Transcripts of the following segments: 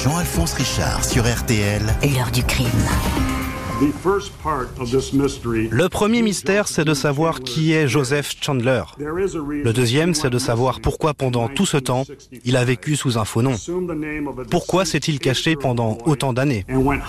Jean-Alphonse Richard sur RTL. L'heure du crime. Le premier mystère, c'est de savoir qui est Joseph Chandler. Le deuxième, c'est de savoir pourquoi pendant tout ce temps, il a vécu sous un faux nom. Pourquoi s'est-il caché pendant autant d'années ?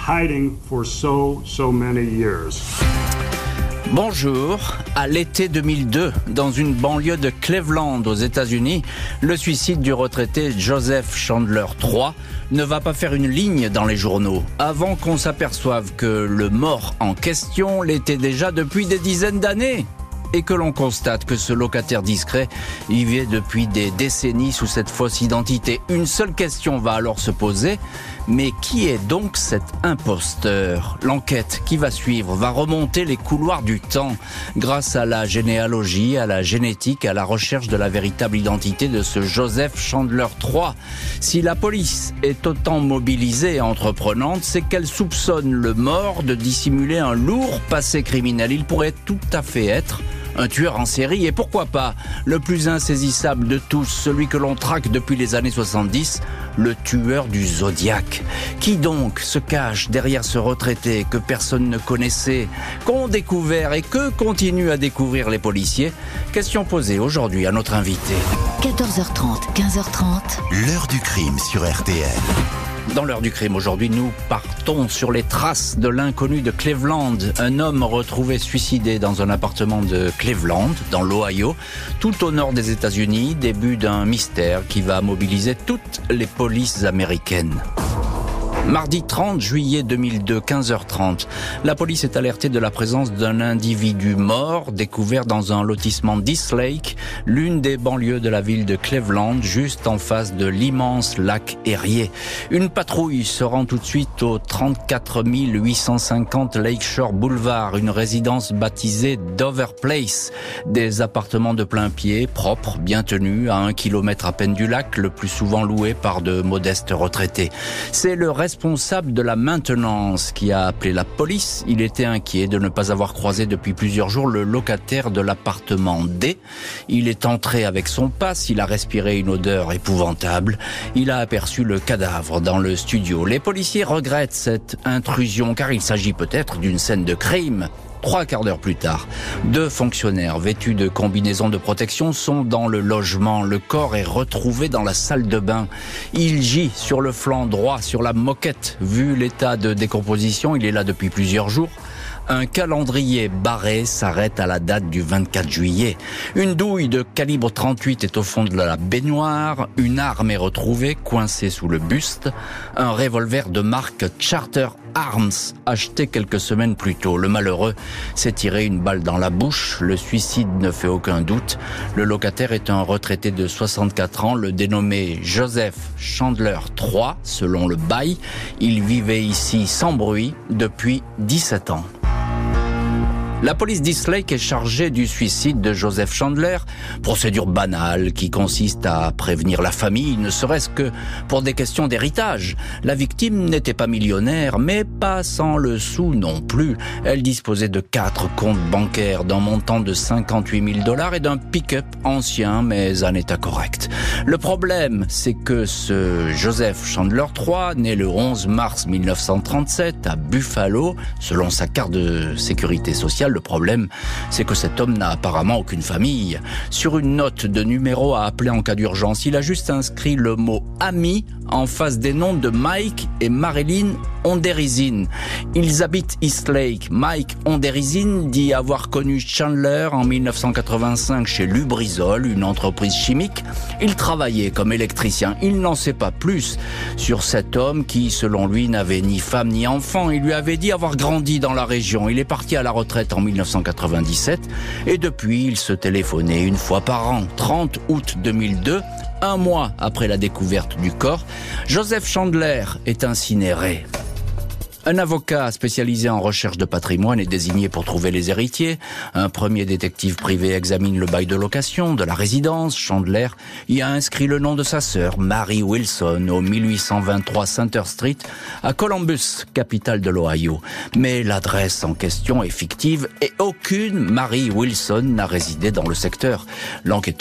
Bonjour. À l'été 2002, dans une banlieue de Cleveland aux États-Unis, le suicide du retraité Joseph Chandler III ne va pas faire une ligne dans les journaux avant qu'on s'aperçoive que le mort en question l'était déjà depuis des dizaines d'années. Et que l'on constate que ce locataire discret y vit depuis des décennies sous cette fausse identité. Une seule question va alors se poser, mais qui est donc cet imposteur ? L'enquête qui va suivre va remonter les couloirs du temps grâce à la généalogie, à la génétique, à la recherche de la véritable identité de ce Joseph Chandler III. Si la police est autant mobilisée et entreprenante, c'est qu'elle soupçonne le mort de dissimuler un lourd passé criminel. Il pourrait tout à fait être un tueur en série et pourquoi pas le plus insaisissable de tous, celui que l'on traque depuis les années 70, le tueur du Zodiac. Qui donc se cache derrière ce retraité que personne ne connaissait, qu'ont découvert et que continuent à découvrir les policiers ? Question posée aujourd'hui à notre invité. 14h30, 15h30. L'heure du crime sur RTL. Dans l'heure du crime, aujourd'hui, nous partons sur les traces de l'inconnu de Cleveland. Un homme retrouvé suicidé dans un appartement de Cleveland, dans l'Ohio, tout au nord des États-Unis, début d'un mystère qui va mobiliser toutes les polices américaines. Mardi 30 juillet 2002, 15h30, la police est alertée de la présence d'un individu mort découvert dans un lotissement d'East Lake, l'une des banlieues de la ville de Cleveland, juste en face de l'immense lac Erie. Une patrouille se rend tout de suite au 34 850 Lakeshore Boulevard, une résidence baptisée Dover Place. Des appartements de plein pied, propres, bien tenus, à 1 kilomètre à peine du lac, le plus souvent loués par de modestes retraités. C'est le responsable de la maintenance qui a appelé la police. Il était inquiet de ne pas avoir croisé depuis plusieurs jours le locataire de l'appartement D. Il est entré avec son passe, il a respiré une odeur épouvantable. Il a aperçu le cadavre dans le studio. Les policiers regrettent cette intrusion car il s'agit peut-être d'une scène de crime. 3 quarts d'heure plus tard, 2 fonctionnaires vêtus de combinaisons de protection sont dans le logement. Le corps est retrouvé dans la salle de bain. Il gît sur le flanc droit, sur la moquette. Vu l'état de décomposition, il est là depuis plusieurs jours. Un calendrier barré s'arrête à la date du 24 juillet. Une douille de calibre 38 est au fond de la baignoire. Une arme est retrouvée, coincée sous le buste. Un revolver de marque Charter Arms, acheté quelques semaines plus tôt. Le malheureux s'est tiré une balle dans la bouche. Le suicide ne fait aucun doute. Le locataire est un retraité de 64 ans, le dénommé Joseph Chandler III, selon le bail. Il vivait ici sans bruit depuis 17 ans. La police d'East Lake est chargée du suicide de Joseph Chandler. Procédure banale qui consiste à prévenir la famille, ne serait-ce que pour des questions d'héritage. La victime n'était pas millionnaire, mais pas sans le sou non plus. Elle disposait de 4 comptes bancaires d'un montant de 58 000 $ et d'un pick-up ancien mais en état correct. Le problème, c'est que ce Joseph Chandler III, né le 11 mars 1937 à Buffalo, selon sa carte de sécurité sociale, le problème, c'est que cet homme n'a apparemment aucune famille. Sur une note de numéro à appeler en cas d'urgence, il a juste inscrit le mot « ami » en face des noms de Mike et Marilyn Onderizin. Ils habitent East Lake. Mike Onderizin dit avoir connu Chandler en 1985 chez Lubrizol, une entreprise chimique. Il travaillait comme électricien. Il n'en sait pas plus sur cet homme qui, selon lui, n'avait ni femme ni enfant. Il lui avait dit avoir grandi dans la région. Il est parti à la retraite en 1997 et depuis, il se téléphonait une fois par an. 30 août 2002, 1 mois après la découverte du corps, Joseph Chandler est incinéré. Un avocat spécialisé en recherche de patrimoine est désigné pour trouver les héritiers. Un premier détective privé examine le bail de location de la résidence. Chandler y a inscrit le nom de sa sœur, Mary Wilson, au 1823 Center Street, à Columbus, capitale de l'Ohio. Mais l'adresse en question est fictive et aucune Mary Wilson n'a résidé dans le secteur. L'enquêteur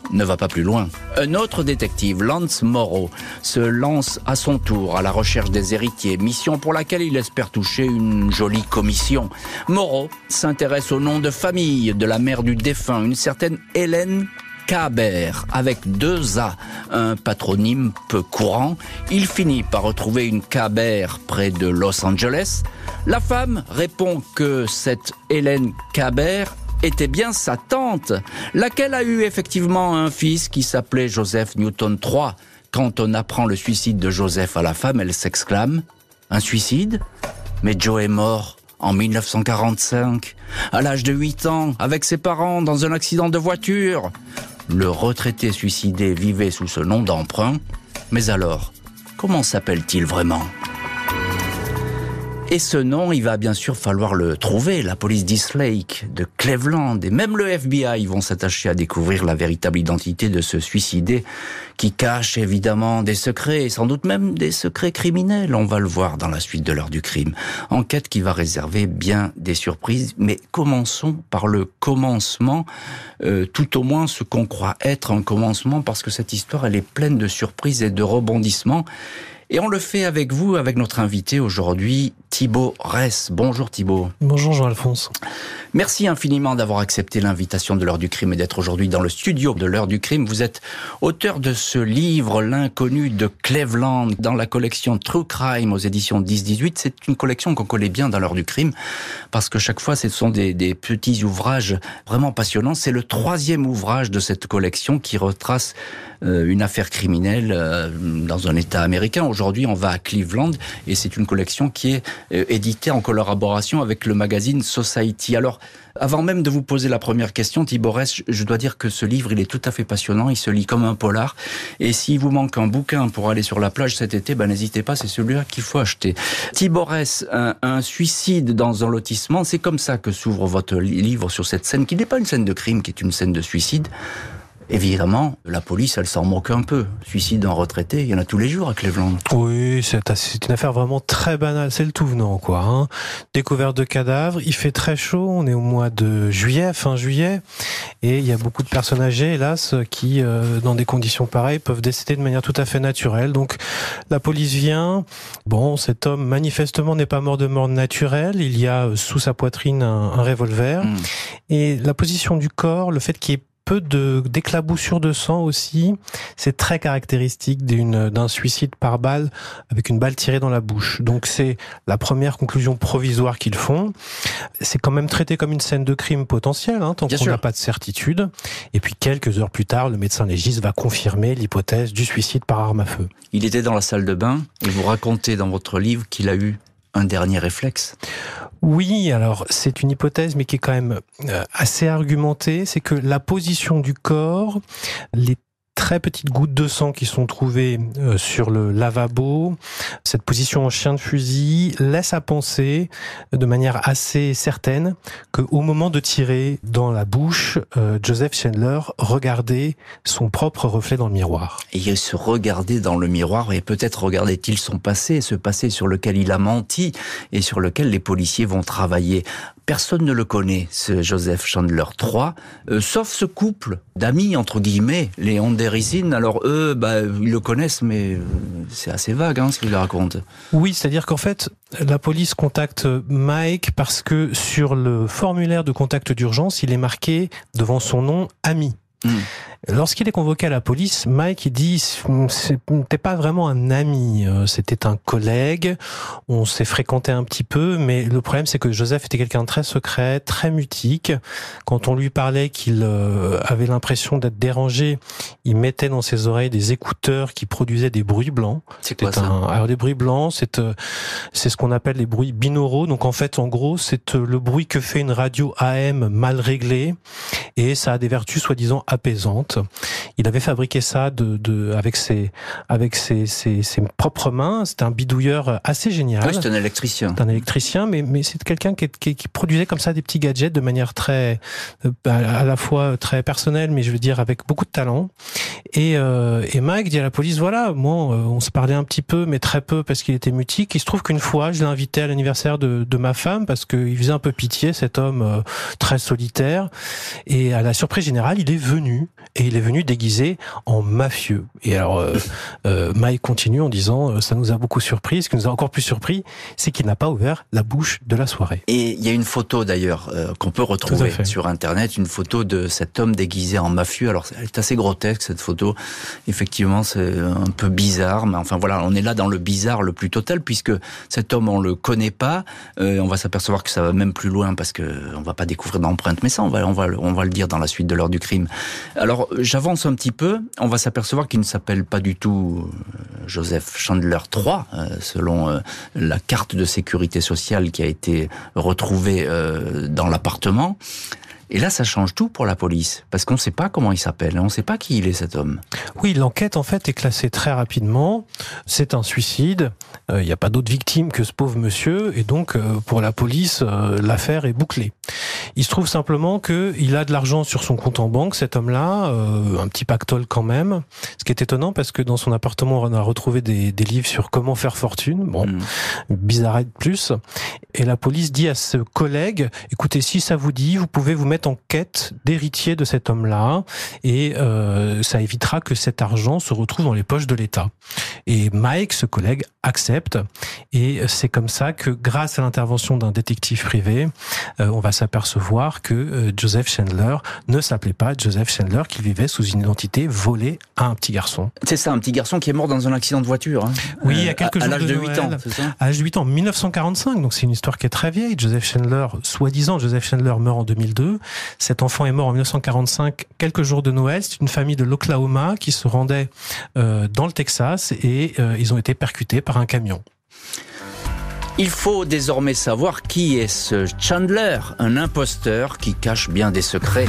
ne va pas plus loin. Un autre détective, Lance Morrow, se lance à son tour à la recherche des héritiers, mission pour laquelle il espère toucher une jolie commission. Morrow s'intéresse au nom de famille de la mère du défunt, une certaine Hélène Kaber, avec 2 A, un patronyme peu courant. Il finit par retrouver une Kaber près de Los Angeles. La femme répond que cette Hélène Kaber était bien sa tante, laquelle a eu effectivement un fils qui s'appelait Joseph Newton III. Quand on apprend le suicide de Joseph à la femme, elle s'exclame « Un suicide ? Mais Joe est mort en 1945, à l'âge de 8 ans, avec ses parents dans un accident de voiture. » Le retraité suicidé vivait sous ce nom d'emprunt. Mais alors, comment s'appelle-t-il vraiment ? Et ce nom, il va bien sûr falloir le trouver. La police d'East Lake, de Cleveland et même le FBI vont s'attacher à découvrir la véritable identité de ce suicidé qui cache évidemment des secrets, et sans doute même des secrets criminels. On va le voir dans la suite de l'heure du crime. Enquête qui va réserver bien des surprises, mais commençons par le commencement, tout au moins ce qu'on croit être un commencement, parce que cette histoire, elle est pleine de surprises et de rebondissements. Et on le fait avec vous, avec notre invité aujourd'hui, Thibaut Ress. Bonjour Thibaut. Bonjour Jean-Alphonse. Merci infiniment d'avoir accepté l'invitation de l'heure du crime et d'être aujourd'hui dans le studio de l'heure du crime. Vous êtes auteur de ce livre, L'inconnu de Cleveland, dans la collection True Crime aux éditions 10-18. C'est une collection qu'on connaît bien dans l'heure du crime, parce que chaque fois ce sont des petits ouvrages vraiment passionnants. C'est le 3e ouvrage de cette collection qui retrace une affaire criminelle dans un État américain. Aujourd'hui, on va à Cleveland et c'est une collection qui est éditée en collaboration avec le magazine Society. Alors, avant même de vous poser la première question, Thibaut Ress, je dois dire que ce livre, il est tout à fait passionnant, il se lit comme un polar. Et s'il vous manque un bouquin pour aller sur la plage cet été, n'hésitez pas, c'est celui-là qu'il faut acheter. Thibaut Ress, un suicide dans un lotissement, c'est comme ça que s'ouvre votre livre sur cette scène, qui n'est pas une scène de crime, qui est une scène de suicide. Évidemment, la police, elle s'en moque un peu. Suicide d'un retraité, il y en a tous les jours à Cleveland. Oui, c'est une affaire vraiment très banale. C'est le tout venant, quoi. Hein. Découverte de cadavres, il fait très chaud, on est au mois de juillet, fin juillet, et il y a beaucoup de personnes âgées, hélas, qui, dans des conditions pareilles, peuvent décéder de manière tout à fait naturelle. Donc, la police vient. Bon, cet homme, manifestement, n'est pas mort de mort naturelle. Il y a sous sa poitrine un revolver. Et la position du corps, le fait qu'il y ait peu d'éclaboussures de sang aussi, c'est très caractéristique d'un suicide par balle avec une balle tirée dans la bouche. Donc c'est la première conclusion provisoire qu'ils font. C'est quand même traité comme une scène de crime potentielle, tant qu'on n'a pas de certitude. Et puis quelques heures plus tard, le médecin légiste va confirmer l'hypothèse du suicide par arme à feu. Il était dans la salle de bain et vous racontez dans votre livre qu'il a eu un dernier réflexe. Oui, alors c'est une hypothèse, mais qui est quand même assez argumentée. C'est que la position du corps, les très petites gouttes de sang qui sont trouvées sur le lavabo, cette position en chien de fusil laisse à penser de manière assez certaine qu'au moment de tirer dans la bouche, Joseph Chandler regardait son propre reflet dans le miroir. Et il se regardait dans le miroir et peut-être regardait-il son passé, ce passé sur lequel il a menti et sur lequel les policiers vont travailler. Personne ne le connaît, ce Joseph Chandler III, sauf ce couple d'amis, entre guillemets, les Anderson. Alors eux, ils le connaissent, mais c'est assez vague ce qu'ils racontent. Oui, c'est-à-dire qu'en fait, la police contacte Mike parce que sur le formulaire de contact d'urgence, il est marqué devant son nom « ami ». Lorsqu'il est convoqué à la police, Mike il dit c'était pas vraiment un ami, c'était un collègue, on s'est fréquenté un petit peu, mais le problème c'est que Joseph était quelqu'un de très secret, très mutique. Quand on lui parlait qu'il avait l'impression d'être dérangé, il mettait dans ses oreilles des écouteurs qui produisaient des bruits blancs. C'est quoi ça ? Alors des bruits blancs, c'est ce qu'on appelle les bruits binauraux. Donc en fait, en gros, c'est le bruit que fait une radio AM mal réglée, et ça a des vertus soi-disant apaisantes. Il avait fabriqué ça avec ses propres mains. C'était un bidouilleur assez génial. Oui, c'est un électricien. C'est un électricien, mais c'est quelqu'un qui produisait comme ça des petits gadgets de manière très, à la fois très personnelle, mais je veux dire avec beaucoup de talent. Et Mike dit à la police, voilà, on se parlait un petit peu, mais très peu parce qu'il était mutique. Il se trouve qu'une fois, je l'ai invité à l'anniversaire de ma femme parce qu'il faisait un peu pitié, cet homme très solitaire. Et à la surprise générale, il est venu. Et et il est venu déguisé en mafieux. Et alors, Mike continue en disant, ça nous a beaucoup surpris. Ce qui nous a encore plus surpris, c'est qu'il n'a pas ouvert la bouche de la soirée. Et il y a une photo d'ailleurs qu'on peut retrouver sur Internet, une photo de cet homme déguisé en mafieux. Alors, elle est assez grotesque cette photo. Effectivement, c'est un peu bizarre, mais enfin voilà, on est là dans le bizarre le plus total, puisque cet homme, on le connaît pas. On va s'apercevoir que ça va même plus loin, parce que on va pas découvrir d'empreinte, mais ça, on va le dire dans la suite de l'heure du crime. Alors, j'avance un petit peu. On va s'apercevoir qu'il ne s'appelle pas du tout Joseph Chandler III, selon la carte de sécurité sociale qui a été retrouvée dans l'appartement. Et là, ça change tout pour la police, parce qu'on ne sait pas comment il s'appelle, on ne sait pas qui il est, cet homme. Oui, l'enquête, en fait, est classée très rapidement. C'est un suicide. Il n'y a pas d'autre victime que ce pauvre monsieur, et donc, pour la police, l'affaire est bouclée. Il se trouve simplement qu'il a de l'argent sur son compte en banque, cet homme-là, un petit pactole quand même. Ce qui est étonnant, parce que dans son appartement, on a retrouvé des livres sur comment faire fortune. Bon, bizarre de plus. Et la police dit à ce collègue, écoutez, si ça vous dit, vous pouvez vous mettre en quête d'héritier de cet homme-là, et ça évitera que cet argent se retrouve dans les poches de l'État. Et Mike, ce collègue, accepte, et c'est comme ça que, grâce à l'intervention d'un détective privé, on va s'apercevoir que Joseph Chandler ne s'appelait pas Joseph Chandler, qu'il vivait sous une identité volée à un petit garçon. C'est ça, un petit garçon qui est mort dans un accident de voiture. Hein. Oui, il y a quelques jours à l'âge de 8 Noël, ans, c'est ça ? À l'âge de 8 ans, 1945, donc c'est une histoire qui est très vieille. Joseph Chandler, soi-disant, Joseph Chandler meurt en 2002. Cet enfant est mort en 1945, quelques jours de Noël. C'est une famille de l'Oklahoma qui se rendait dans le Texas, et ils ont été percutés par un camion. Il faut désormais savoir qui est ce Chandler, un imposteur qui cache bien des secrets.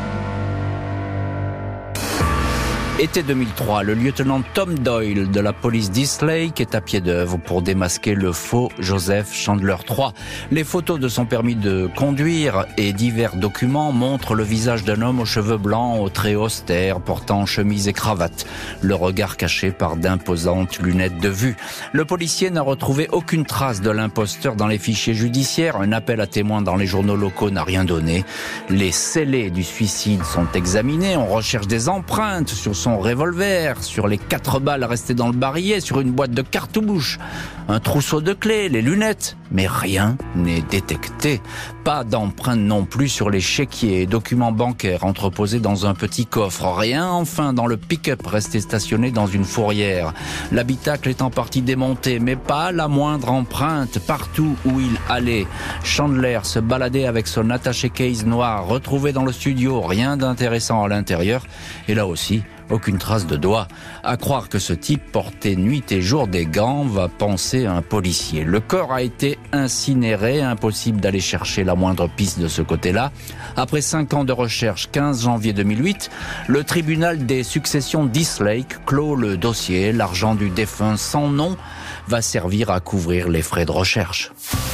Été 2003, le lieutenant Tom Doyle de la police d'East Lake est à pied d'œuvre pour démasquer le faux Joseph Chandler III. Les photos de son permis de conduire et divers documents montrent le visage d'un homme aux cheveux blancs, aux traits austères, portant chemise et cravate, le regard caché par d'imposantes lunettes de vue. Le policier n'a retrouvé aucune trace de l'imposteur dans les fichiers judiciaires. Un appel à témoins dans les journaux locaux n'a rien donné. Les scellés du suicide sont examinés. On recherche des empreintes sur son revolver, sur les 4 balles restées dans le barillet, sur une boîte de cartouches, un trousseau de clés, les lunettes. Mais rien n'est détecté. Pas d'empreinte non plus sur les chéquiers et documents bancaires entreposés dans un petit coffre. Rien enfin dans le pick-up resté stationné dans une fourrière. L'habitacle est en partie démonté, mais pas la moindre empreinte partout où il allait. Chandler se baladait avec son attaché case noir retrouvé dans le studio. Rien d'intéressant à l'intérieur. Et là aussi, aucune trace de doigt. À croire que ce type portait nuit et jour des gants, va penser un policier. Le corps a été incinéré, impossible d'aller chercher la moindre piste de ce côté-là. Après 5 ans de recherche, 15 janvier 2008, le tribunal des successions d'East Lake clôt le dossier. L'argent du défunt sans nom va servir à couvrir les frais de recherche.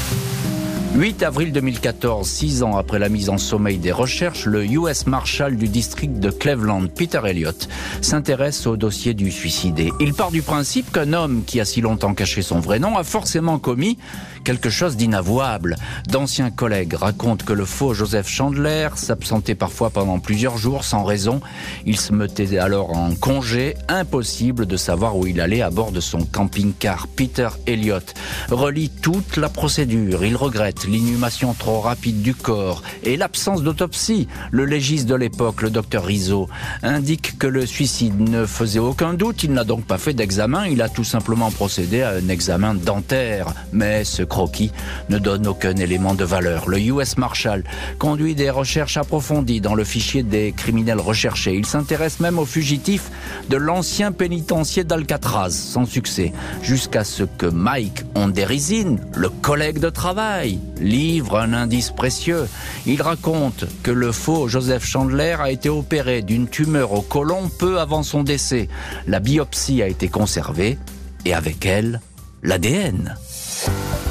8 avril 2014, 6 ans après la mise en sommeil des recherches, le US Marshal du district de Cleveland, Peter Elliott, s'intéresse au dossier du suicidé. Il part du principe qu'un homme qui a si longtemps caché son vrai nom a forcément commis quelque chose d'inavouable. D'anciens collègues racontent que le faux Joseph Chandler s'absentait parfois pendant plusieurs jours sans raison. Il se mettait alors en congé, impossible de savoir où il allait à bord de son camping-car. Peter Elliott relie toute la procédure. Il regrette l'inhumation trop rapide du corps et l'absence d'autopsie. Le légiste de l'époque, le docteur Rizzo, indique que le suicide ne faisait aucun doute. Il n'a donc pas fait d'examen, il a tout simplement procédé à un examen dentaire. Mais ce croquis ne donne aucun élément de valeur. Le US Marshal conduit des recherches approfondies dans le fichier des criminels recherchés. Il s'intéresse même aux fugitifs de l'ancien pénitencier d'Alcatraz, sans succès, jusqu'à ce que Mike Onderizin, le collègue de travail, livre un indice précieux. Il raconte que le faux Joseph Chandler a été opéré d'une tumeur au côlon peu avant son décès. La biopsie a été conservée et avec elle, l'ADN.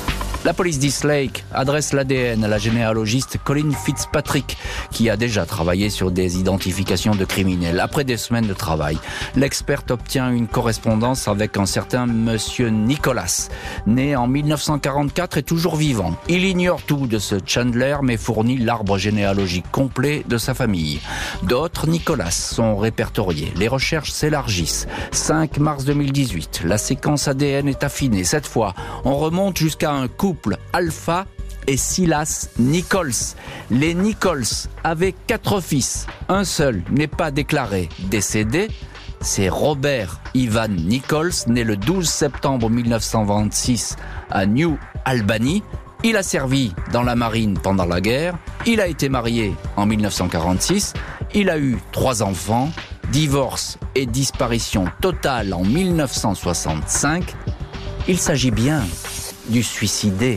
La police d'East Lake adresse l'ADN à la généalogiste Colin Fitzpatrick, qui a déjà travaillé sur des identifications de criminels. Après des semaines de travail, l'experte obtient une correspondance avec un certain monsieur Nicholas, né en 1944 et toujours vivant. Il ignore tout de ce Chandler, mais fournit l'arbre généalogique complet de sa famille. D'autres Nicholas sont répertoriés. Les recherches s'élargissent. 5 mars 2018, la séquence ADN est affinée. Cette fois, on remonte jusqu'à un couple, Alpha et Silas Nichols. Les Nichols avaient 4 fils. Un seul n'est pas déclaré décédé. C'est Robert Ivan Nichols, né le 12 septembre 1926 à New Albany. Il a servi dans la marine pendant la guerre. Il a été marié en 1946. Il a eu 3 enfants. Divorce et disparition totale en 1965. Il s'agit bien du suicidé.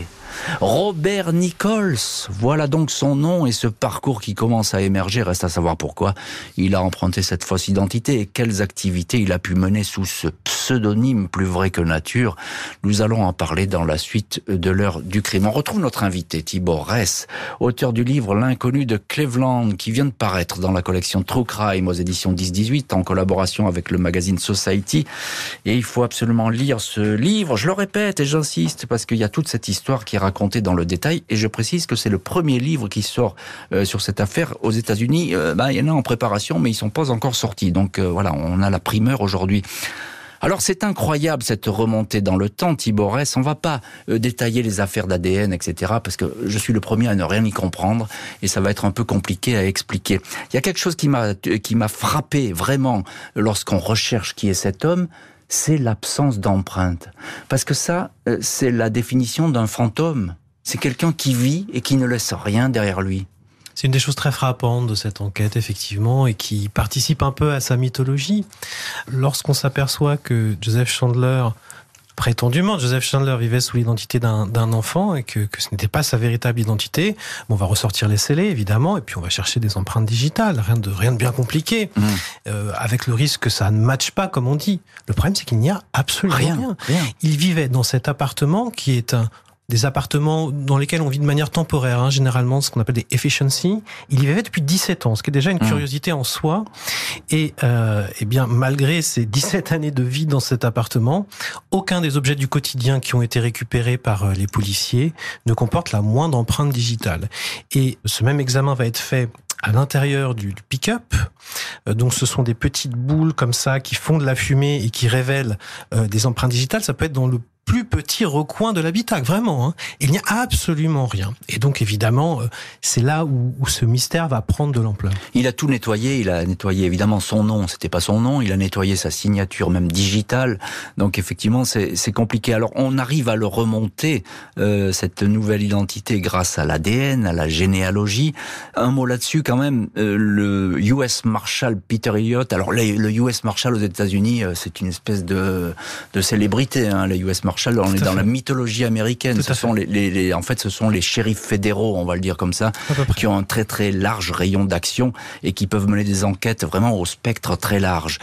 Robert Nichols, voilà donc son nom et ce parcours qui commence à émerger. Reste à savoir pourquoi il a emprunté cette fausse identité et quelles activités il a pu mener sous ce pseudonyme plus vrai que nature. Nous allons en parler dans la suite de l'heure du crime. On retrouve notre invité Tibor Ress, auteur du livre L'inconnu de Cleveland, qui vient de paraître dans la collection True Crime aux éditions 10-18 en collaboration avec le magazine Society. Et il faut absolument lire ce livre. Je le répète et j'insiste parce qu'il y a toute cette histoire qui est racontée dans le détail, et je précise que c'est le premier livre qui sort sur cette affaire aux États-Unis. Il y en a en préparation, mais ils sont pas encore sortis. Donc voilà, on a la primeur aujourd'hui. Alors c'est incroyable cette remontée dans le temps, Tibor Ress. On va pas détailler les affaires d'ADN, etc. parce que je suis le premier à ne rien y comprendre et ça va être un peu compliqué à expliquer. Il y a quelque chose qui m'a frappé vraiment lorsqu'on recherche qui est cet homme. C'est l'absence d'empreinte. Parce que ça, c'est la définition d'un fantôme. C'est quelqu'un qui vit et qui ne laisse rien derrière lui. C'est une des choses très frappantes de cette enquête, effectivement, et qui participe un peu à sa mythologie. Lorsqu'on s'aperçoit que Joseph Chandler, prétendument, Joseph Chandler vivait sous l'identité d'un enfant et que ce n'était pas sa véritable identité, on va ressortir les scellés, évidemment, et puis on va chercher des empreintes digitales, rien de bien compliqué, avec le risque que ça ne matche pas, comme on dit. Le problème, c'est qu'il n'y a absolument rien. Il vivait dans cet appartement qui est des appartements dans lesquels on vit de manière temporaire, généralement ce qu'on appelle des efficiency. Il y vivait depuis 17 ans, ce qui est déjà une curiosité en soi. Et bien, malgré ces 17 années de vie dans cet appartement, aucun des objets du quotidien qui ont été récupérés par les policiers ne comporte la moindre empreinte digitale. Et ce même examen va être fait à l'intérieur du pick-up. Donc ce sont des petites boules comme ça qui font de la fumée et qui révèlent des empreintes digitales. Ça peut être dans le plus petit recoin de l'habitacle, vraiment. Il n'y a absolument rien. Et donc, évidemment, c'est là où ce mystère va prendre de l'ampleur. Il a tout nettoyé. Il a nettoyé, évidemment, son nom. C'était pas son nom. Il a nettoyé sa signature, même digitale. Donc, effectivement, c'est compliqué. Alors, on arrive à le remonter, cette nouvelle identité, grâce à l'ADN, à la généalogie. Un mot là-dessus, quand même. Le US Marshal Peter Elliott. Alors, le US Marshal aux États-Unis, c'est une espèce de célébrité, le US Marshal. On est dans la mythologie américaine. Ce sont ce sont les shérifs fédéraux, on va le dire comme ça, qui ont un très très large rayon d'action et qui peuvent mener des enquêtes vraiment au spectre très large.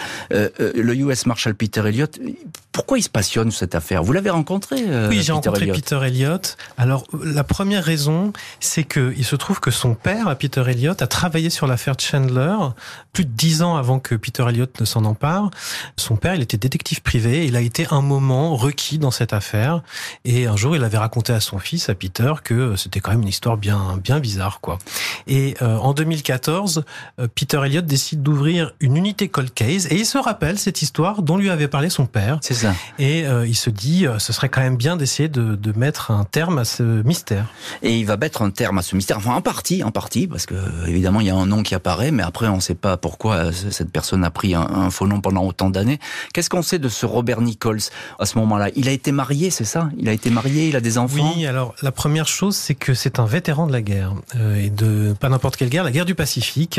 Le US Marshal Peter Elliott, pourquoi il se passionne sur cette affaire? Vous l'avez rencontré, Oui, j'ai rencontré Peter Elliott. Alors, la première raison, c'est que il se trouve que son père, Peter Elliott, a travaillé sur l'affaire Chandler plus de 10 ans avant que Peter Elliott ne s'en empare. Son père, il était détective privé. Il a été un moment requis dans cette affaire. Et un jour, il avait raconté à son fils, à Peter, que c'était quand même une histoire bien bizarre, quoi. Et en 2014, Peter Elliott décide d'ouvrir une unité cold case. Et il se rappelle cette histoire dont lui avait parlé son père. C'est ça. Et il se dit, ce serait quand même bien d'essayer de mettre un terme à ce mystère. Et il va mettre un terme à ce mystère. Enfin, en partie, parce que évidemment, il y a un nom qui apparaît, mais après, on ne sait pas pourquoi cette personne a pris un faux nom pendant autant d'années. Qu'est-ce qu'on sait de ce Robert Nichols à ce moment-là? Il a été marié, c'est ça? Il a été marié, il a des enfants? Oui, alors la première chose, c'est que c'est un vétéran de la guerre, et de pas n'importe quelle guerre, la guerre du Pacifique,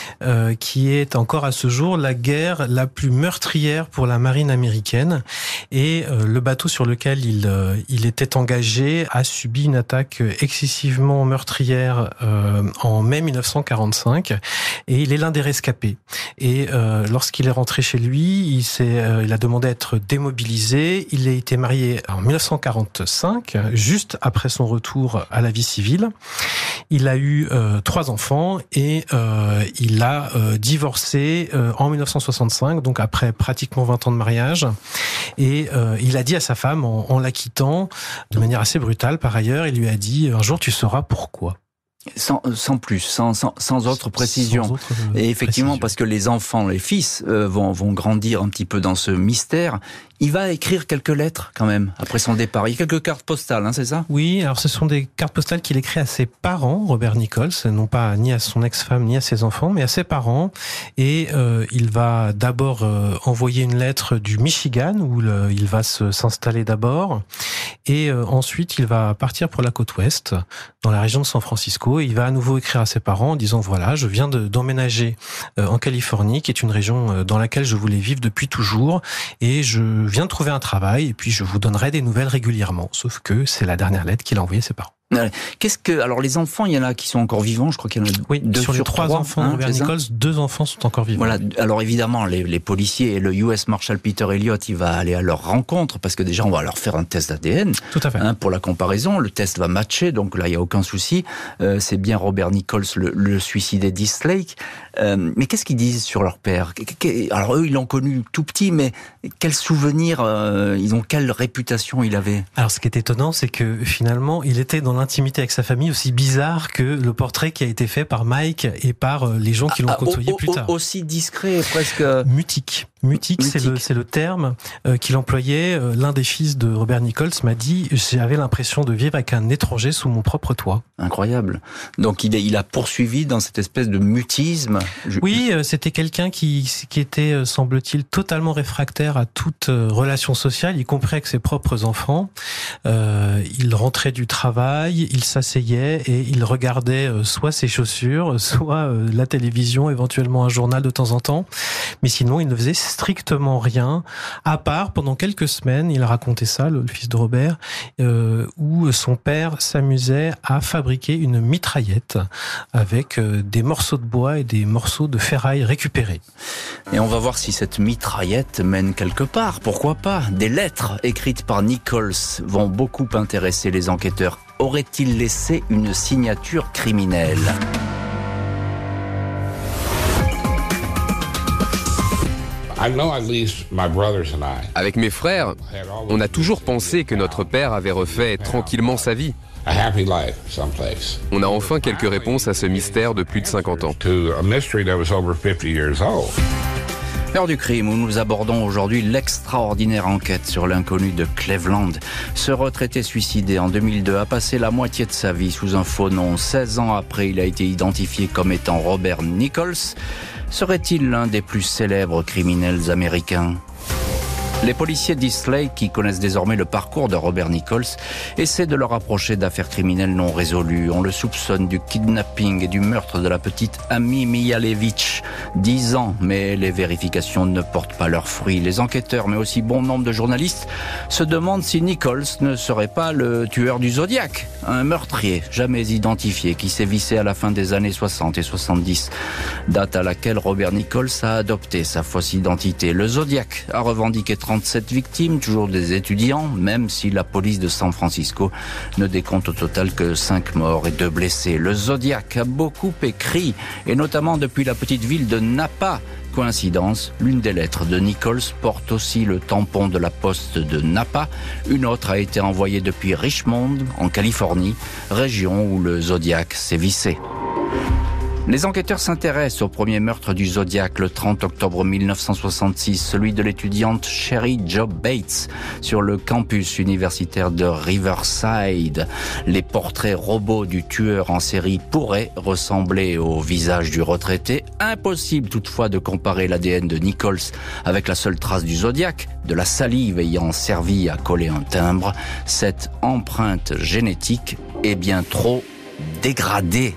qui est encore à ce jour la guerre la plus meurtrière pour la marine américaine. Et le bateau sur lequel il était engagé a subi une attaque excessivement meurtrière en mai 1945, et il est l'un des rescapés. Et lorsqu'il est rentré chez lui, il a demandé à être démobilisé. Il a été marié marié en 1945, juste après son retour à la vie civile. Il a eu 3 enfants et il a divorcé en 1965, donc après pratiquement 20 ans de mariage. Et il a dit à sa femme, en la quittant, de manière assez brutale par ailleurs, il lui a dit « Un jour tu sauras pourquoi ». Sans autre précision. Et effectivement, parce que les enfants, les fils, vont grandir un petit peu dans ce mystère. Il va écrire quelques lettres, quand même, après son départ. Il y a quelques cartes postales, c'est ça ? Oui, alors ce sont des cartes postales qu'il écrit à ses parents, Robert Nichols, non pas ni à son ex-femme, ni à ses enfants, mais à ses parents. Et il va d'abord envoyer une lettre du Michigan, où il va s'installer d'abord. Et ensuite, il va partir pour la côte ouest, dans la région de San Francisco. Et il va à nouveau écrire à ses parents en disant, voilà, je viens d'emménager en Californie, qui est une région dans laquelle je voulais vivre depuis toujours. Et je viens de trouver un travail et puis je vous donnerai des nouvelles régulièrement. Sauf que c'est la dernière lettre qu'il a envoyée à ses parents. Alors les enfants, il y en a qui sont encore vivants, je crois qu'il y en a 2 sur les 3 enfants de Robert Nichols, 2 enfants sont encore vivants. Voilà. Alors évidemment, les policiers et le US Marshal Peter Elliott, il va aller à leur rencontre parce que déjà on va leur faire un test d'ADN. Tout à fait. Pour la comparaison, le test va matcher, donc là il y a aucun souci. C'est bien Robert Nichols, le suicidé d'East Lake. Mais qu'est-ce qu'ils disent sur leur père ? Alors eux, ils l'ont connu tout petit, mais quel souvenir, quelle réputation il avait ? Alors ce qui est étonnant, c'est que finalement, il était dans l'intimité avec sa famille aussi bizarre que le portrait qui a été fait par Mike et par les gens qui l'ont côtoyé plus tard. Aussi discret, presque... Mutique, c'est le terme qu'il employait. L'un des fils de Robert Nichols m'a dit « J'avais l'impression de vivre avec un étranger sous mon propre toit ». Incroyable. Donc il a poursuivi dans cette espèce de mutisme. Oui, c'était quelqu'un qui était, semble-t-il, totalement réfractaire à toute relation sociale, y compris avec ses propres enfants. Il rentrait du travail, il s'asseyait et il regardait soit ses chaussures, soit la télévision, éventuellement un journal de temps en temps. Mais sinon, il ne faisait strictement rien, à part pendant quelques semaines, il a raconté ça, le fils de Robert, où son père s'amusait à fabriquer une mitraillette avec des morceaux de bois et des morceaux de ferraille récupérés. Et on va voir si cette mitraillette mène quelque part, pourquoi pas. Des lettres écrites par Nichols vont beaucoup intéresser les enquêteurs. Aurait-il laissé une signature criminelle ? Avec mes frères, on a toujours pensé que notre père avait refait tranquillement sa vie. On a enfin quelques réponses à ce mystère de plus de 50 ans. L'heure du crime, où nous abordons aujourd'hui l'extraordinaire enquête sur l'inconnu de Cleveland. Ce retraité suicidé en 2002 a passé la moitié de sa vie sous un faux nom. 16 ans après, il a été identifié comme étant Robert Nichols. Serait-il l'un des plus célèbres criminels américains ? Les policiers d'East Lake, qui connaissent désormais le parcours de Robert Nichols, essaient de le rapprocher d'affaires criminelles non résolues. On le soupçonne du kidnapping et du meurtre de la petite Amy Mihalevich. 10 ans, mais les vérifications ne portent pas leurs fruits. Les enquêteurs, mais aussi bon nombre de journalistes, se demandent si Nichols ne serait pas le tueur du Zodiac. Un meurtrier jamais identifié qui sévissait à la fin des années 60 et 70. Date à laquelle Robert Nichols a adopté sa fausse identité. Le Zodiac a revendiqué 37 victimes, toujours des étudiants, même si la police de San Francisco ne décompte au total que 5 morts et 2 blessés. Le Zodiac a beaucoup écrit, et notamment depuis la petite ville de Napa. Coïncidence, l'une des lettres de Nichols porte aussi le tampon de la poste de Napa. Une autre a été envoyée depuis Richmond, en Californie, région où le Zodiac sévissait. Les enquêteurs s'intéressent au premier meurtre du Zodiac le 30 octobre 1966, celui de l'étudiante Sherry Jo Bates sur le campus universitaire de Riverside. Les portraits robots du tueur en série pourraient ressembler au visage du retraité. Impossible toutefois de comparer l'ADN de Nichols avec la seule trace du Zodiac, de la salive ayant servi à coller un timbre. Cette empreinte génétique est bien trop dégradée.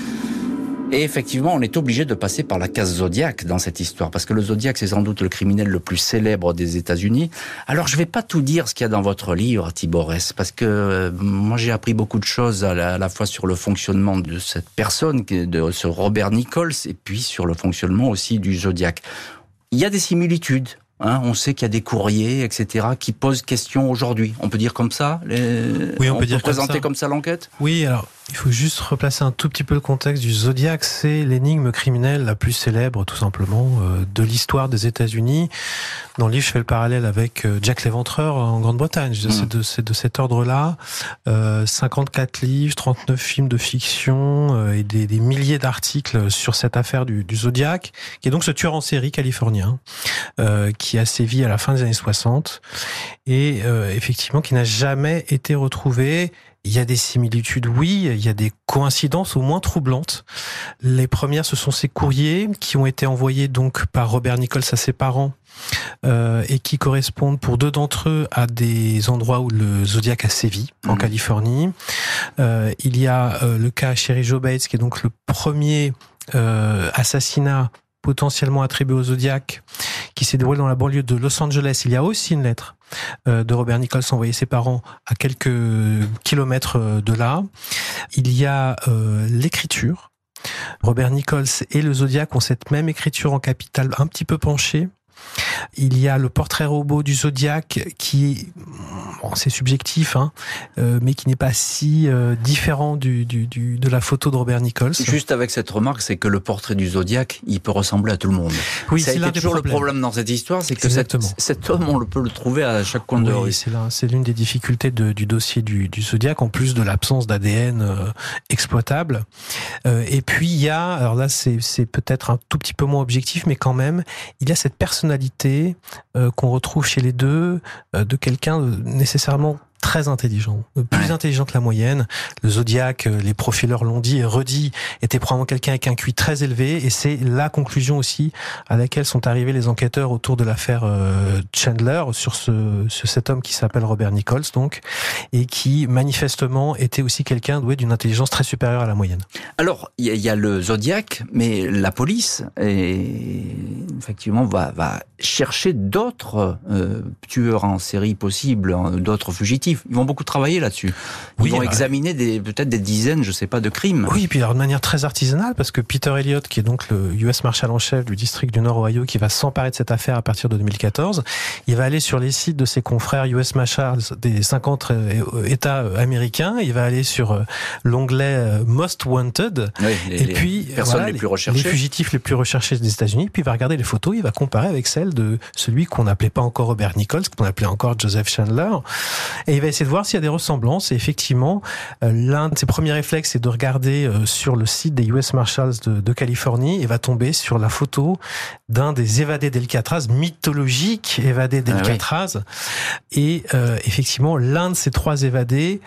Et effectivement, on est obligé de passer par la case Zodiac dans cette histoire, parce que le Zodiac, c'est sans doute le criminel le plus célèbre des États-Unis. Alors, je vais pas tout dire ce qu'il y a dans votre livre, Tiborès, parce que moi, j'ai appris beaucoup de choses à la fois sur le fonctionnement de cette personne, de ce Robert Nichols, et puis sur le fonctionnement aussi du Zodiac. Il y a des similitudes On sait qu'il y a des courriers, etc., qui posent question aujourd'hui. On peut dire comme ça Oui, on peut dire présenter comme ça l'enquête. Oui, alors il faut juste replacer un tout petit peu le contexte du Zodiac. C'est l'énigme criminelle la plus célèbre, tout simplement, de l'histoire des États-Unis. Dans le livre, je fais le parallèle avec Jack l'Éventreur en Grande-Bretagne. C'est de cet ordre-là. 54 livres, 39 films de fiction et des milliers d'articles sur cette affaire du Zodiac, qui est donc ce tueur en série californien qui a sévi à la fin des années 60 et effectivement qui n'a jamais été retrouvé. Il y a des similitudes, oui, il y a des coïncidences au moins troublantes. Les premières, ce sont ces courriers qui ont été envoyés donc par Robert Nichols à ses parents et qui correspondent pour 2 d'entre eux à des endroits où le Zodiac a sévi, en Californie. Il y a le cas Sherry Joe Bates, qui est donc le premier assassinat potentiellement attribué au Zodiac, qui s'est déroulé dans la banlieue de Los Angeles. Il y a aussi une lettre de Robert Nichols envoyée à ses parents à quelques kilomètres de là. Il y a l'écriture. Robert Nichols et le Zodiac ont cette même écriture en capitale un petit peu penchée. Il y a le portrait robot du Zodiac qui, c'est subjectif, mais qui n'est pas si différent de la photo de Robert Nichols. Juste avec cette remarque, c'est que le portrait du Zodiac, il peut ressembler à tout le monde. Oui, ça a c'est été toujours le problème dans cette histoire, c'est que cet homme, on peut le trouver à chaque coin de rue. C'est l'une des difficultés du dossier du Zodiac, en plus de l'absence d'ADN exploitable. Et puis il y a, alors là c'est peut-être un tout petit peu moins objectif, mais quand même, il y a cette personnalité qu'on retrouve chez les deux, de quelqu'un nécessairement très intelligent, plus intelligent que la moyenne. Le Zodiac, les profileurs l'ont dit et redit, était probablement quelqu'un avec un QI très élevé, et c'est la conclusion aussi à laquelle sont arrivés les enquêteurs autour de l'affaire Chandler sur cet homme qui s'appelle Robert Nichols, donc, et qui manifestement était aussi quelqu'un doué d'une intelligence très supérieure à la moyenne. Alors, il y a le Zodiac, mais la police, effectivement, va chercher d'autres tueurs en série possibles, d'autres fugitifs. Ils vont beaucoup travailler là-dessus. Ils vont examiner peut-être des dizaines, je sais pas, de crimes. Oui, et puis alors de manière très artisanale, parce que Peter Elliott, qui est donc le US Marshal en chef du district du Nord Ohio, qui va s'emparer de cette affaire à partir de 2014, il va aller sur les sites de ses confrères US Marshals des 50 États américains, il va aller sur l'onglet Most Wanted, et puis les plus recherchées. Les fugitifs les plus recherchés des États-Unis, puis il va regarder les photos, il va comparer avec celles de celui qu'on n'appelait pas encore Robert Nichols, qu'on appelait encore Joseph Chandler, et il va essayer de voir s'il y a des ressemblances. Et effectivement, l'un de ses premiers réflexes, c'est de regarder sur le site des US Marshals de Californie, et va tomber sur la photo d'un des évadés d'Alcatraz, mythologique évadé d'Alcatraz. Et effectivement, l'un de ces 3 évadés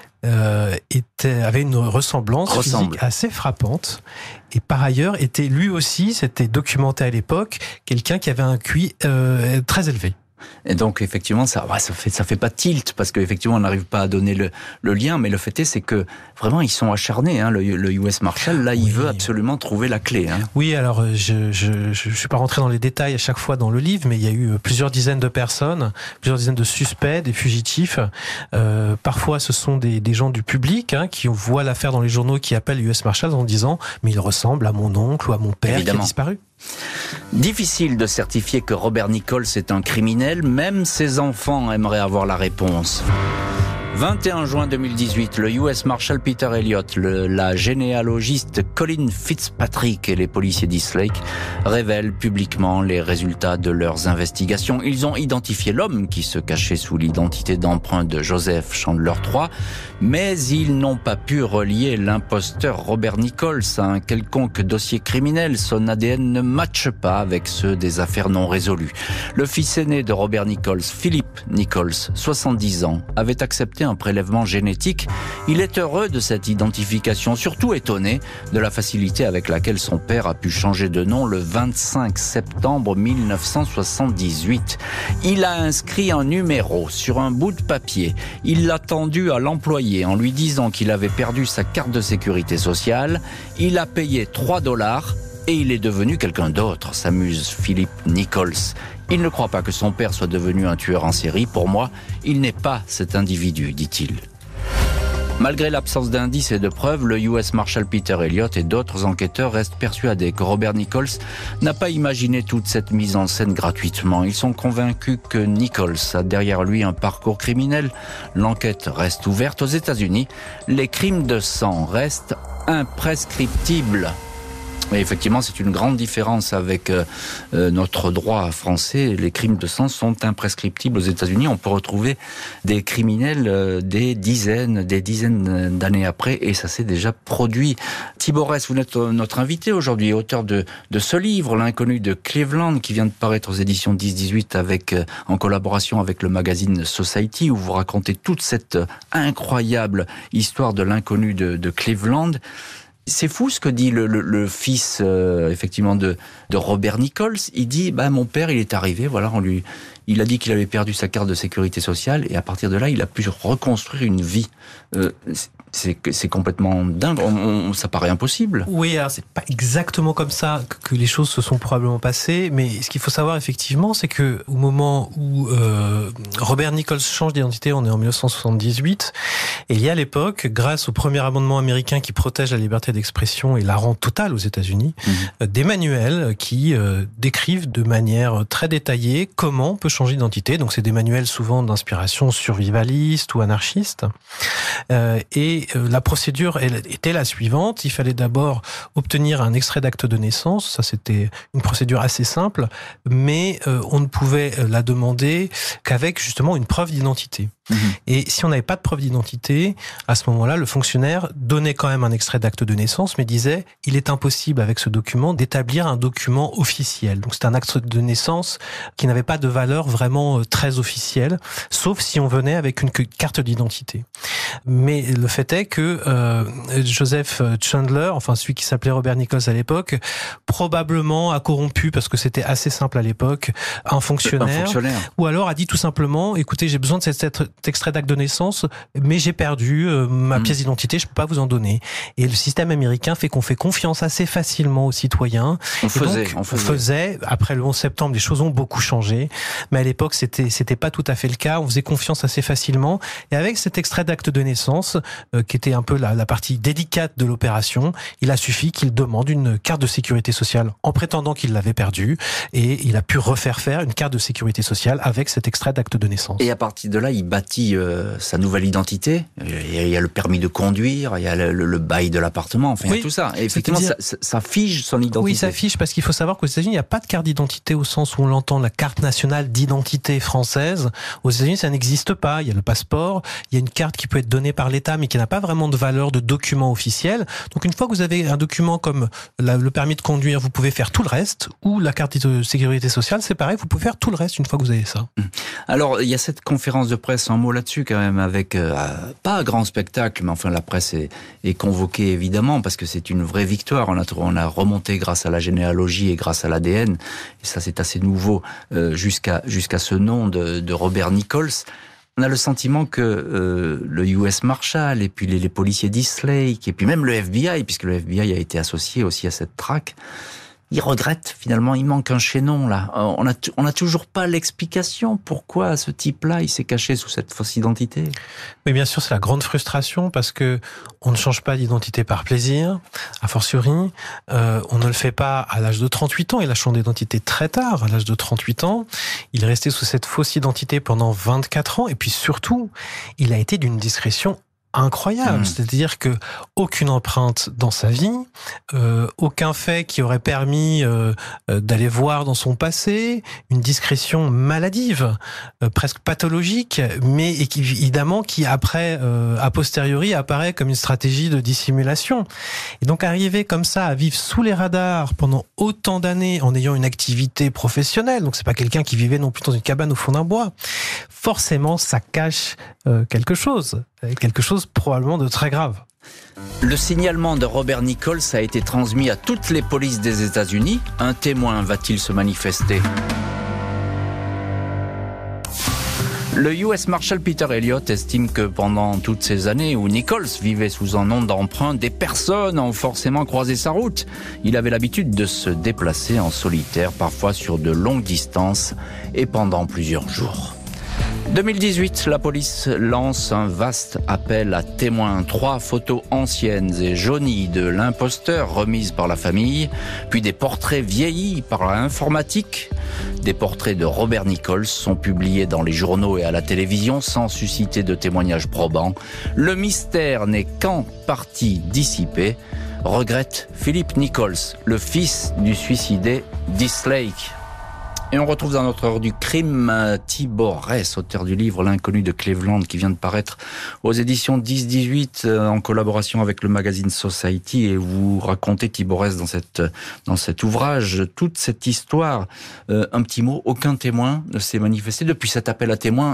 avait une ressemblance physique assez frappante, et par ailleurs était lui aussi, c'était documenté à l'époque, quelqu'un qui avait un QI très élevé. Et donc effectivement ça fait pas tilt, parce qu'effectivement on n'arrive pas à donner le lien, mais le fait est c'est que vraiment ils sont acharnés, le US Marshal là, il veut absolument trouver la clé. Oui, alors je suis pas rentré dans les détails à chaque fois dans le livre, mais il y a eu plusieurs dizaines de personnes, plusieurs dizaines de suspects, des fugitifs. Parfois ce sont des gens du public qui voient l'affaire dans les journaux, qui appellent US Marshals en disant mais il ressemble à mon oncle ou à mon père qui a disparu. Difficile de certifier que Robert Nichols est un criminel, même ses enfants aimeraient avoir la réponse. 21 juin 2018, le US Marshal Peter Elliott, la généalogiste Colin Fitzpatrick et les policiers d'East Lake révèlent publiquement les résultats de leurs investigations. Ils ont identifié l'homme qui se cachait sous l'identité d'emprunt de Joseph Chandler III, mais ils n'ont pas pu relier l'imposteur Robert Nichols à un quelconque dossier criminel. Son ADN ne matche pas avec ceux des affaires non résolues. Le fils aîné de Robert Nichols, Philip Nichols, 70 ans, avait accepté un prélèvement génétique. Il est heureux de cette identification, surtout étonné de la facilité avec laquelle son père a pu changer de nom le 25 septembre 1978. Il a inscrit un numéro sur un bout de papier. Il l'a tendu à l'employé en lui disant qu'il avait perdu sa carte de sécurité sociale. Il a payé $3 et il est devenu quelqu'un d'autre, s'amuse Philip Nichols. Il ne croit pas que son père soit devenu un tueur en série. Pour moi, il n'est pas cet individu, dit-il. Malgré l'absence d'indices et de preuves, le US Marshal Peter Elliott et d'autres enquêteurs restent persuadés que Robert Nichols n'a pas imaginé toute cette mise en scène gratuitement. Ils sont convaincus que Nichols a derrière lui un parcours criminel. L'enquête reste ouverte aux États-Unis. Les crimes de sang restent imprescriptibles. Et effectivement, c'est une grande différence avec notre droit français. Les crimes de sang sont imprescriptibles aux États-Unis. On peut retrouver des criminels des dizaines d'années après, et ça s'est déjà produit. Thibaut Ress, vous êtes notre invité aujourd'hui, auteur de ce livre, L'inconnu de Cleveland, qui vient de paraître aux éditions 10-18 en collaboration avec le magazine Society, où vous racontez toute cette incroyable histoire de l'inconnu de Cleveland. C'est fou ce que dit le fils effectivement de Robert Nichols. Il dit mon père il est arrivé, voilà, il a dit qu'il avait perdu sa carte de sécurité sociale et à partir de là il a pu reconstruire une vie. C'est complètement dingue, ça paraît impossible. Oui, alors c'est pas exactement comme ça que les choses se sont probablement passées, mais ce qu'il faut savoir effectivement, c'est que au moment où Robert Nichols change d'identité, on est en 1978, et il y a à l'époque, grâce au premier amendement américain qui protège la liberté d'expression et la rend totale aux États-Unis, des manuels qui décrivent de manière très détaillée comment on peut changer d'identité. Donc c'est des manuels souvent d'inspiration survivaliste ou anarchiste. Et la procédure était la suivante. Il fallait d'abord obtenir un extrait d'acte de naissance. Ça, c'était une procédure assez simple, mais on ne pouvait la demander qu'avec justement une preuve d'identité. Et si on n'avait pas de preuve d'identité, à ce moment-là, le fonctionnaire donnait quand même un extrait d'acte de naissance, mais disait il est impossible avec ce document d'établir un document officiel. Donc c'est un acte de naissance qui n'avait pas de valeur vraiment très officielle, sauf si on venait avec une carte d'identité. Mais le fait est que Joseph Chandler, enfin celui qui s'appelait Robert Nichols à l'époque, probablement a corrompu, parce que c'était assez simple à l'époque, un fonctionnaire, ou alors a dit tout simplement écoutez, j'ai besoin de cet extrait d'acte de naissance, mais j'ai perdu ma pièce d'identité, je peux pas vous en donner. Et le système américain fait qu'on fait confiance assez facilement aux citoyens. On faisait. Après le 11 septembre, les choses ont beaucoup changé, mais à l'époque, c'était pas tout à fait le cas. On faisait confiance assez facilement. Et avec cet extrait d'acte de naissance, qui était un peu la partie délicate de l'opération, il a suffi qu'il demande une carte de sécurité sociale en prétendant qu'il l'avait perdue, et il a pu refaire faire une carte de sécurité sociale avec cet extrait d'acte de naissance. Et à partir de là, il bâtit sa nouvelle identité. Il y a le permis de conduire, il y a le bail de l'appartement, enfin il y a tout ça. Et effectivement, ça fige son identité. Oui, ça fige, parce qu'il faut savoir qu'aux États-Unis, il n'y a pas de carte d'identité au sens où on l'entend, la carte nationale d'identité française. Aux États-Unis, ça n'existe pas. Il y a le passeport, il y a une carte qui peut être donnée par l'État, mais qui n'a pas vraiment de valeur de document officiel. Donc une fois que vous avez un document comme le permis de conduire, vous pouvez faire tout le reste, ou la carte de sécurité sociale, c'est pareil, vous pouvez faire tout le reste une fois que vous avez ça. Alors, il y a cette conférence de presse, un mot là-dessus quand même, avec pas un grand spectacle, mais enfin la presse est convoquée évidemment, parce que c'est une vraie victoire. On a remonté grâce à la généalogie et grâce à l'ADN, et ça c'est assez nouveau, jusqu'à ce nom de Robert Nichols. On a le sentiment que le US Marshal et puis les policiers d'Eastlake et puis même le FBI, puisque le FBI a été associé aussi à cette traque, ils regrettent finalement, il manque un chaînon là. On a toujours pas l'explication pourquoi ce type-là il s'est caché sous cette fausse identité. Mais bien sûr, c'est la grande frustration, parce que on ne change pas d'identité par plaisir, a fortiori. On ne le fait pas à l'âge de 38 ans. Il a changé d'identité très tard, à l'âge de 38 ans. Il est resté sous cette fausse identité pendant 24 ans. Et puis surtout, il a été d'une discrétion incroyable, c'est-à-dire que aucune empreinte dans sa vie, aucun fait qui aurait permis d'aller voir dans son passé, une discrétion maladive, presque pathologique, mais évidemment qui après, a posteriori, apparaît comme une stratégie de dissimulation. Et donc arriver comme ça à vivre sous les radars pendant autant d'années en ayant une activité professionnelle, donc c'est pas quelqu'un qui vivait non plus dans une cabane au fond d'un bois, forcément ça cache quelque chose probablement de très grave. Le signalement de Robert Nichols a été transmis à toutes les polices des États-Unis. Un témoin va-t-il se manifester ? Le US Marshal Peter Elliott estime que pendant toutes ces années où Nichols vivait sous un nom d'emprunt, des personnes ont forcément croisé sa route. Il avait l'habitude de se déplacer en solitaire, parfois sur de longues distances et pendant plusieurs jours. 2018, la police lance un vaste appel à témoins. 3 photos anciennes et jaunies de l'imposteur remises par la famille, puis des portraits vieillis par l'informatique. Des portraits de Robert Nichols sont publiés dans les journaux et à la télévision sans susciter de témoignages probants. Le mystère n'est qu'en partie dissipé, regrette Philip Nichols, le fils du suicidé Deaslake. Et on retrouve dans notre heure du crime Tibor Ress, auteur du livre L'inconnu de Cleveland, qui vient de paraître aux éditions 10-18 en collaboration avec le magazine Society. Et vous racontez, Tibor Ress, dans cet ouvrage, toute cette histoire. Un petit mot, aucun témoin ne s'est manifesté depuis cet appel à témoins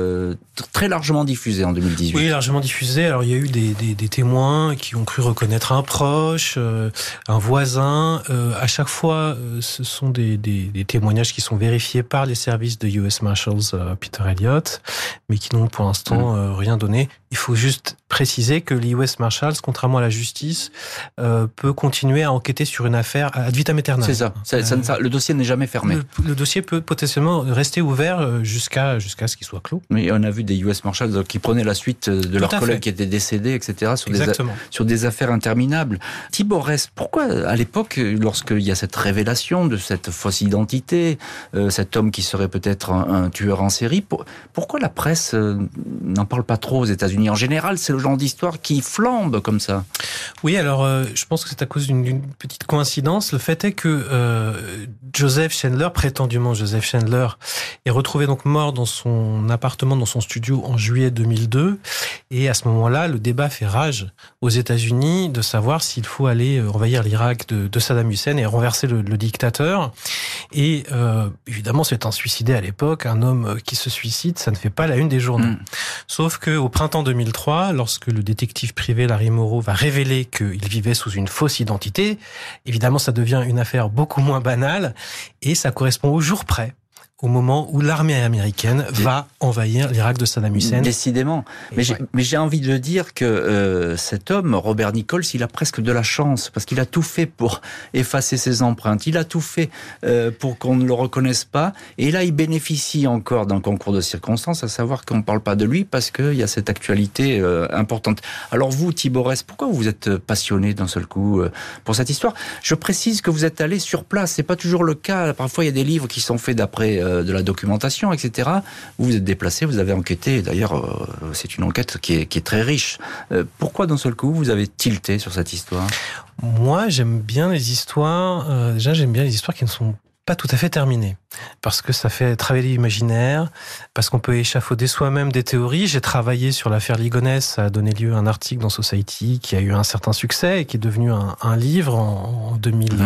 très largement diffusé en 2018. Oui, largement diffusé. Alors il y a eu des témoins qui ont cru reconnaître un proche, un voisin. À chaque fois, ce sont des témoignages qui sont vérifiés par les services de US Marshals Peter Elliott, mais qui n'ont pour l'instant rien donné. Il faut juste préciser que les US Marshals, contrairement à la justice, peut continuer à enquêter sur une affaire ad vitam aeternam. C'est ça. Le dossier n'est jamais fermé. Le dossier peut potentiellement rester ouvert jusqu'à ce qu'il soit clos. Mais on a vu des US Marshals qui prenaient la suite de leurs collègues qui étaient décédés, etc., sur des affaires interminables. Tibor Ress, pourquoi à l'époque, lorsqu'il y a cette révélation de cette fausse identité, cet homme qui serait peut-être un tueur en série, pourquoi la presse n'en parle pas trop aux États-Unis? En général, c'est le genre d'histoire qui flambe comme ça. Oui, alors je pense que c'est à cause d'une petite coïncidence. Le fait est que Joseph Chandler, prétendument Joseph Chandler, est retrouvé donc mort dans son appartement, dans son studio en juillet 2002. Et à ce moment-là, le débat fait rage aux États-Unis de savoir s'il faut aller envahir l'Irak de Saddam Hussein et renverser le dictateur. Et évidemment, c'est un suicidé à l'époque. Un homme qui se suicide, ça ne fait pas la une des journaux. Sauf que au printemps 2003, lorsque le détective privé Larry Morrow va révéler qu'il vivait sous une fausse identité, évidemment, ça devient une affaire beaucoup moins banale et ça correspond au jour près, au moment où l'armée américaine va envahir l'Irak de Saddam Hussein. Décidément. Mais j'ai envie de dire que cet homme, Robert Nichols, il a presque de la chance, parce qu'il a tout fait pour effacer ses empreintes. Il a tout fait pour qu'on ne le reconnaisse pas. Et là, il bénéficie encore d'un concours de circonstances, à savoir qu'on ne parle pas de lui, parce qu'il y a cette actualité importante. Alors vous, Tibor Ress, pourquoi vous êtes passionné d'un seul coup pour cette histoire? Je précise que vous êtes allé sur place. C'est pas toujours le cas. Parfois, il y a des livres qui sont faits d'après de la documentation, etc. Vous vous êtes déplacé, vous avez enquêté. D'ailleurs, c'est une enquête qui est très riche. Pourquoi d'un seul coup vous avez tilté sur cette histoire? Moi, j'aime bien les histoires. Déjà, j'aime bien les histoires qui ne sont pas tout à fait terminé, parce que ça fait travailler l'imaginaire, parce qu'on peut échafauder soi-même des théories. J'ai travaillé sur l'affaire Ligonès, ça a donné lieu à un article dans Society qui a eu un certain succès et qui est devenu un livre en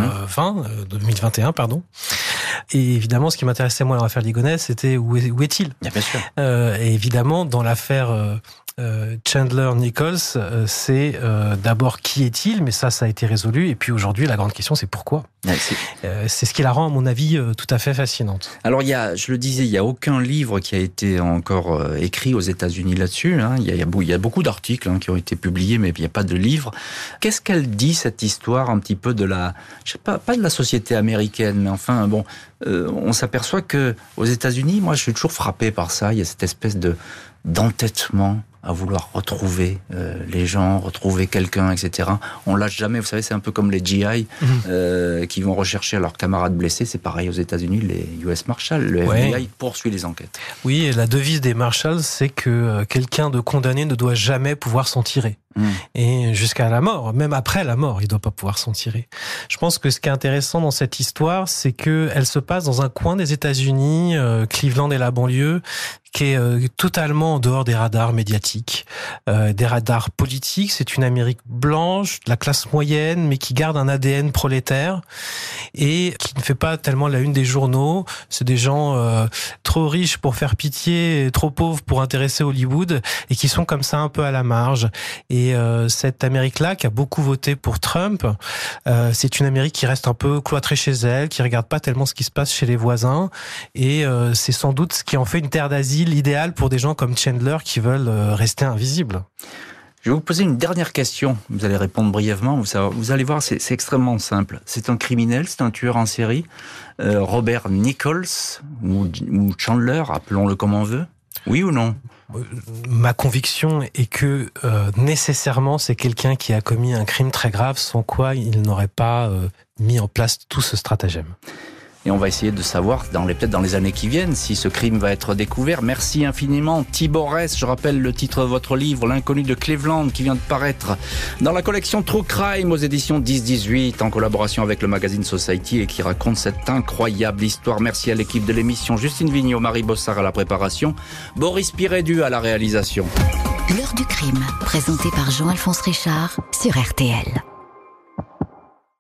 2021, pardon. Et évidemment, ce qui m'intéressait moi dans l'affaire Ligonès, c'était où est-il ? Bien sûr. Et évidemment, dans l'affaire Chandler-Nichols, c'est d'abord qui est-il, mais ça a été résolu. Et puis aujourd'hui, la grande question, c'est pourquoi. C'est ce qui la rend, à mon avis, tout à fait fascinante. Alors, je le disais, il n'y a aucun livre qui a été encore écrit aux États-Unis là-dessus. Il y a beaucoup d'articles qui ont été publiés, mais il n'y a pas de livre. Qu'est-ce qu'elle dit, cette histoire, un petit peu de la, je sais pas de la société américaine, mais enfin, bon, on s'aperçoit que aux États-Unis, moi, je suis toujours frappé par ça. Il y a cette espèce d'entêtement à vouloir retrouver les gens, retrouver quelqu'un, etc. On lâche jamais. Vous savez, c'est un peu comme les GI qui vont rechercher leurs camarades blessés. C'est pareil aux États-Unis, les US Marshals, le FBI poursuit les enquêtes. Oui, et la devise des Marshals, c'est que quelqu'un de condamné ne doit jamais pouvoir s'en tirer. Et jusqu'à la mort, même après la mort, il ne doit pas pouvoir s'en tirer. Je pense que ce qui est intéressant dans cette histoire, c'est qu'elle se passe dans un coin des États-Unis, Cleveland et la banlieue, qui est totalement en dehors des radars médiatiques, des radars politiques. C'est une Amérique blanche, de la classe moyenne, mais qui garde un ADN prolétaire et qui ne fait pas tellement la une des journaux. C'est des gens trop riches pour faire pitié, et trop pauvres pour intéresser Hollywood, et qui sont comme ça un peu à la marge. Et cette Amérique-là, qui a beaucoup voté pour Trump, c'est une Amérique qui reste un peu cloîtrée chez elle, qui regarde pas tellement ce qui se passe chez les voisins, et c'est sans doute ce qui en fait une terre d'asile idéale pour des gens comme Chandler qui veulent rester invisibles. Je vais vous poser une dernière question. Vous allez répondre brièvement. Vous allez voir, c'est extrêmement simple. C'est un criminel, c'est un tueur en série. Robert Nichols, ou Chandler, appelons-le comme on veut. Oui ou non ? Ma conviction est que nécessairement c'est quelqu'un qui a commis un crime très grave, sans quoi il n'aurait pas mis en place tout ce stratagème. Et on va essayer de savoir, peut-être dans les années qui viennent, si ce crime va être découvert. Merci infiniment, Tibor Ress. Je rappelle le titre de votre livre, L'inconnu de Cleveland, qui vient de paraître dans la collection True Crime aux éditions 10-18, en collaboration avec le magazine Society, et qui raconte cette incroyable histoire. Merci à l'équipe de l'émission, Justine Vignot, Marie Bossard à la préparation, Boris Pirédu à la réalisation. L'heure du crime, présenté par Jean-Alphonse Richard sur RTL.